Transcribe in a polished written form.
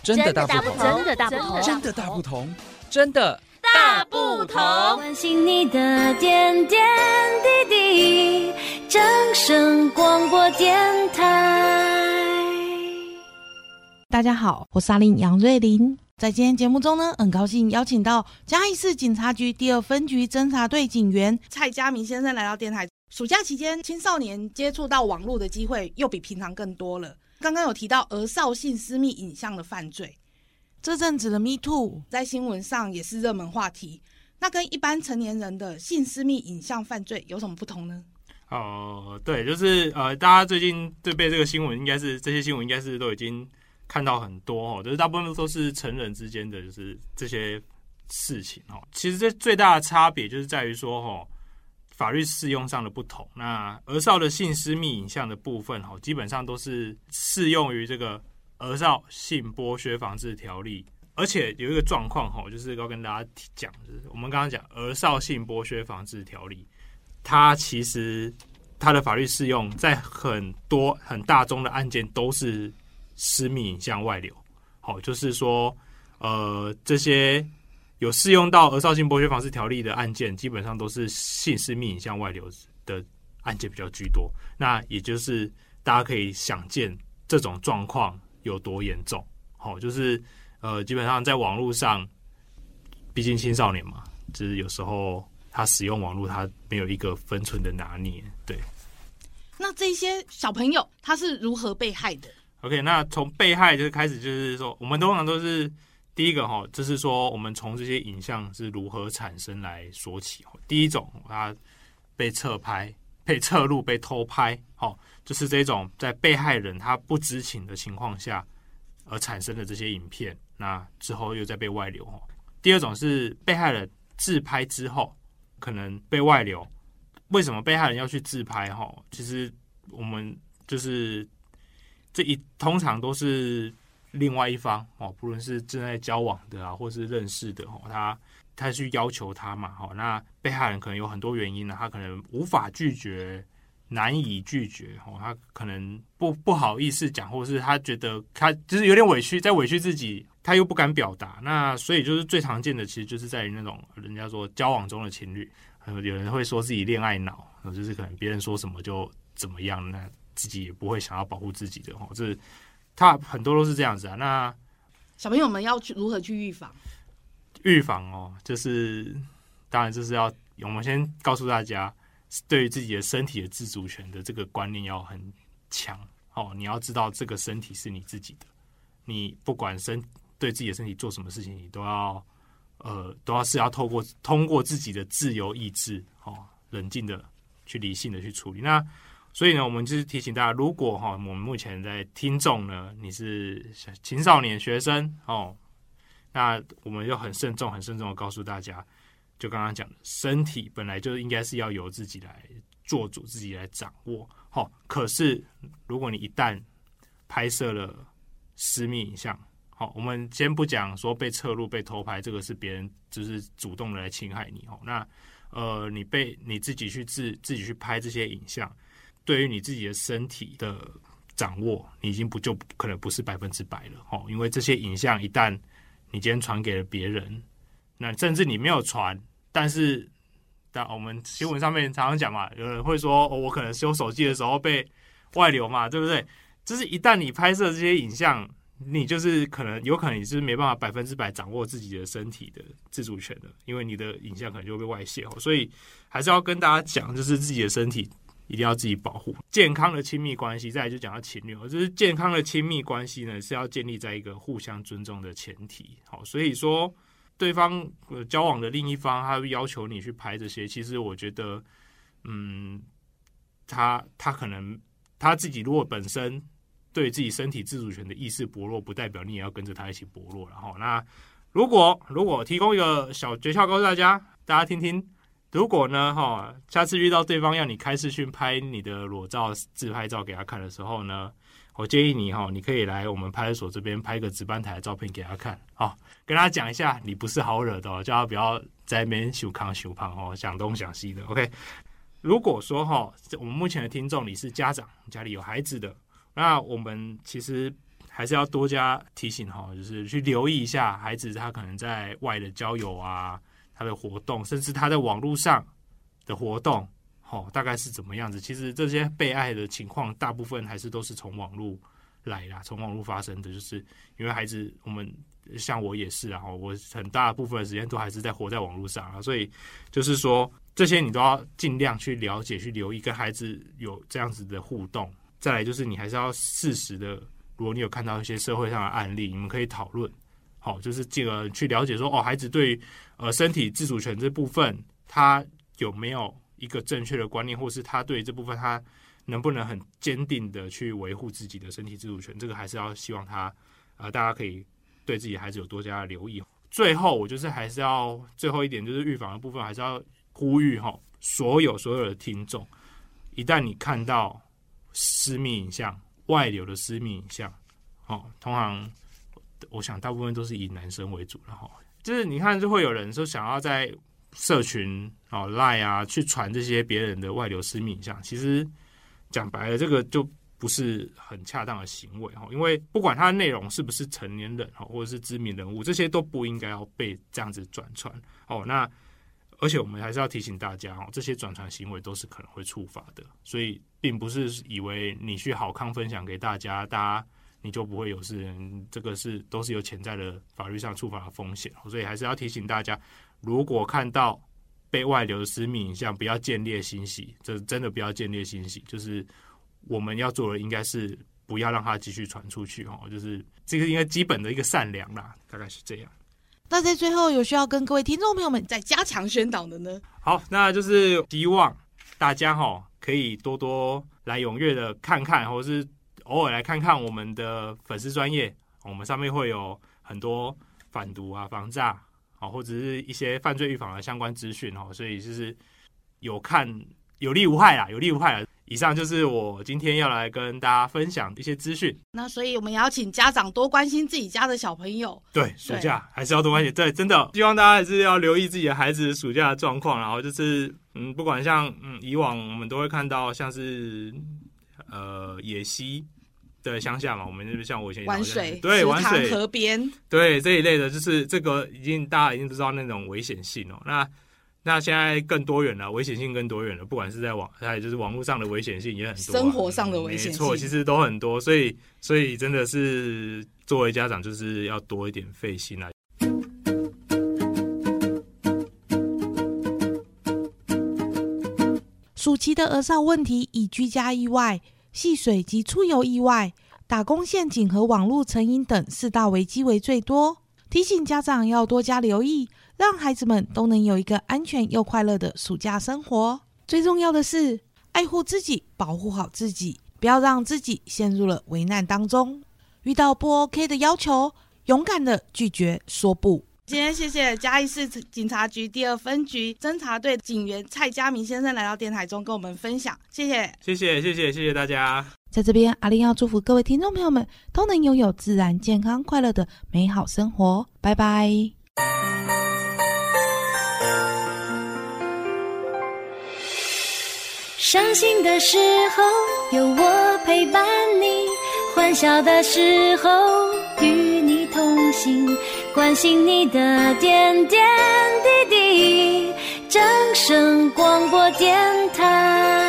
真的大不同， 真的大不同， 真的大不同，真的大不同。 关心你的点点滴滴，掌声广播电台。 大家好，我是阿玲杨瑞玲。在今天节目中呢，很高兴邀请到嘉义市警察局第2分局侦查队警员蔡家明先生来到电台。暑假期间，青少年接触到网络的机会又比平常更多了。刚刚有提到儿少性私密影像的犯罪，这阵子的 Me Too 在新闻上也是热门话题。那跟一般成年人的性私密影像犯罪有什么不同呢？ 对，就是大家最近对被这个新闻，这些新闻应该是都已经看到很多就是大部分都是成人之间的就是这些事情其实这最大的差别就是在于说法律适用上的不同。那儿少的性私密影像的部分基本上都是适用于这个儿少性剥削防治条例，而且有一个状况就是要跟大家讲，就是我们刚刚讲儿少性剥削防治条例，它其实它的法律适用在很多很大宗的案件都是私密影像外流。就是说这些有适用到儿少性剥削防治条例的案件，基本上都是性私密影像外流的案件比较居多。那也就是大家可以想见这种状况有多严重。就是基本上在网络上，毕竟青少年嘛，就是有时候他使用网络，他没有一个分寸的拿捏。对， 那这些小朋友他是如何被害的？ OK， 那从被害就开始，就是说我们通常都是第一个就是说我们从这些影像是如何产生来说起。第一种，他被侧拍、被侧录、被偷拍，就是这种在被害人他不知情的情况下而产生的这些影片，那之后又再被外流。第二种是被害人自拍之后可能被外流。为什么被害人要去自拍？其实我们就是通常都是另外一方不论是正在交往的啊，或是认识的他去要求他嘛那被害人可能有很多原因他可能无法拒绝，难以拒绝他可能不好意思讲，或是他觉得他就是有点委屈，在委屈自己，他又不敢表达。那所以就是最常见的，其实就是在于那种人家说交往中的情侣，有人会说自己恋爱脑，就是可能别人说什么就怎么样，那自己也不会想要保护自己的这他很多都是这样子啊。那小朋友们要如何去预防？ 预防就是当然就是要我们先告诉大家，对于自己的身体的自主权的这个观念要很强你要知道这个身体是你自己的，你不管对自己的身体做什么事情，你都要是要通过自己的自由意志冷静的去理性的去处理。那所以呢，我们就是提醒大家，如果我们目前在听众呢，你是青少年学生那我们就很慎重的告诉大家，就刚刚讲的，身体本来就应该是要由自己来做主，自己来掌握可是如果你一旦拍摄了私密影像，我们先不讲说被侧录、被偷拍，这个是别人就是主动的来侵害你那你自己去拍这些影像，对于你自己的身体的掌握，你已经就可能不是100%了因为这些影像一旦你今天传给了别人，那甚至你没有传，但是我们新闻上面常常讲嘛，有人会说我可能修手机的时候被外流嘛，对不对？就是一旦你拍摄这些影像，你就是有可能你是没办法100%掌握自己的身体的自主权的，因为你的影像可能就会被外泄所以还是要跟大家讲，就是自己的身体一定要自己保护。健康的亲密关系，再来就讲到情侣就是健康的亲密关系呢，是要建立在一个互相尊重的前提所以说对方交往的另一方他会要求你去拍这些，其实我觉得他可能他自己如果本身对自己身体自主权的意识薄弱，不代表你也要跟着他一起薄弱了那如果提供一个小诀窍告诉大家听听，如果呢下次遇到对方要你开视讯拍你的裸照自拍照给他看的时候呢，我建议你可以来我们派出所这边拍个值班台的照片给他看跟他讲一下你不是好惹的叫他不要在那边想康想胖想东想西的 OK。 如果说我们目前的听众你是家长，家里有孩子的，那我们其实还是要多加提醒就是去留意一下孩子他可能在外的交友啊，他的活动，甚至他在网络上的活动大概是怎么样子。其实这些被爱的情况大部分还是都是从网络来啦，从网络发生的。就是因为孩子，我们像我也是啊，我很大部分的时间都还是在活在网络上啊，所以就是说这些你都要尽量去了解、去留意，跟孩子有这样子的互动。再来就是你还是要适时的，如果你有看到一些社会上的案例，你们可以讨论，就是进而去了解说，孩子对于身体自主权这部分，他有没有一个正确的观念，或是他对于这部分他能不能很坚定的去维护自己的身体自主权，这个还是要希望他大家可以对自己的孩子有多加的留意。最后我就是还是要最后一点，就是预防的部分，还是要呼吁所有的听众，一旦你看到私密影像、外流的私密影像，通常我想大部分都是以男生为主了就是你看，就会有人说想要在社群LINE 啊去传这些别人的外流私密影像，其实讲白了，这个就不是很恰当的行为因为不管它的内容是不是成年人或者是知名人物，这些都不应该要被这样子转传那而且我们还是要提醒大家这些转传行为都是可能会触法的，所以并不是以为你去好康分享给大家你就不会有事，这个都是有潜在的法律上触法的风险，所以还是要提醒大家，如果看到被外流的私密影像，不要见猎心喜，这真的不要见猎心喜，就是我们要做的应该是不要让它继续传出去就是这个应该基本的一个善良啦，大概是这样。 那在最后有需要跟各位听众朋友们再加强宣导的呢？ 好，那就是希望大家可以多多来踊跃的看看，或是偶尔来看看我们的粉丝专页，我们上面会有很多反毒啊、防诈或者是一些犯罪预防的相关资讯所以就是有看有利无害啦，有利无害啦。以上就是我今天要来跟大家分享一些资讯。 那所以我们也要请家长多关心自己家的小朋友。 对，暑假还是要多关心。对，真的希望大家还是要留意自己的孩子暑假的状况，然后就是不管像以往我们都会看到像是野溪的乡下嘛，我们就是像我以前玩水， 对，玩水河边， 对这一类的，就是这个大家已经知道那种危险性那现在更多元了，危险性更多元了，不管是在还有就是网络上的危险性也很多生活上的危险性， 没错，其实都很多，所以真的是作为家长就是要多一点费心来。 暑期的儿少问题以居家意外、戏水及出游意外、打工陷阱和网络成瘾等4大危机为最多，提醒家长要多加留意，让孩子们都能有一个安全又快乐的暑假生活。最重要的是爱护自己，保护好自己，不要让自己陷入了危难当中。遇到不 OK 的要求，勇敢的拒绝说不。今天谢谢嘉义市警察局第2分局侦查队警员蔡家明先生来到电台中跟我们分享，谢谢大家。在这边阿玲要祝福各位听众朋友们都能拥有自然健康快乐的美好生活，拜拜。 伤心的时候有我陪伴你，欢笑的时候与你同行，关心你的点点滴滴。正声广播电台。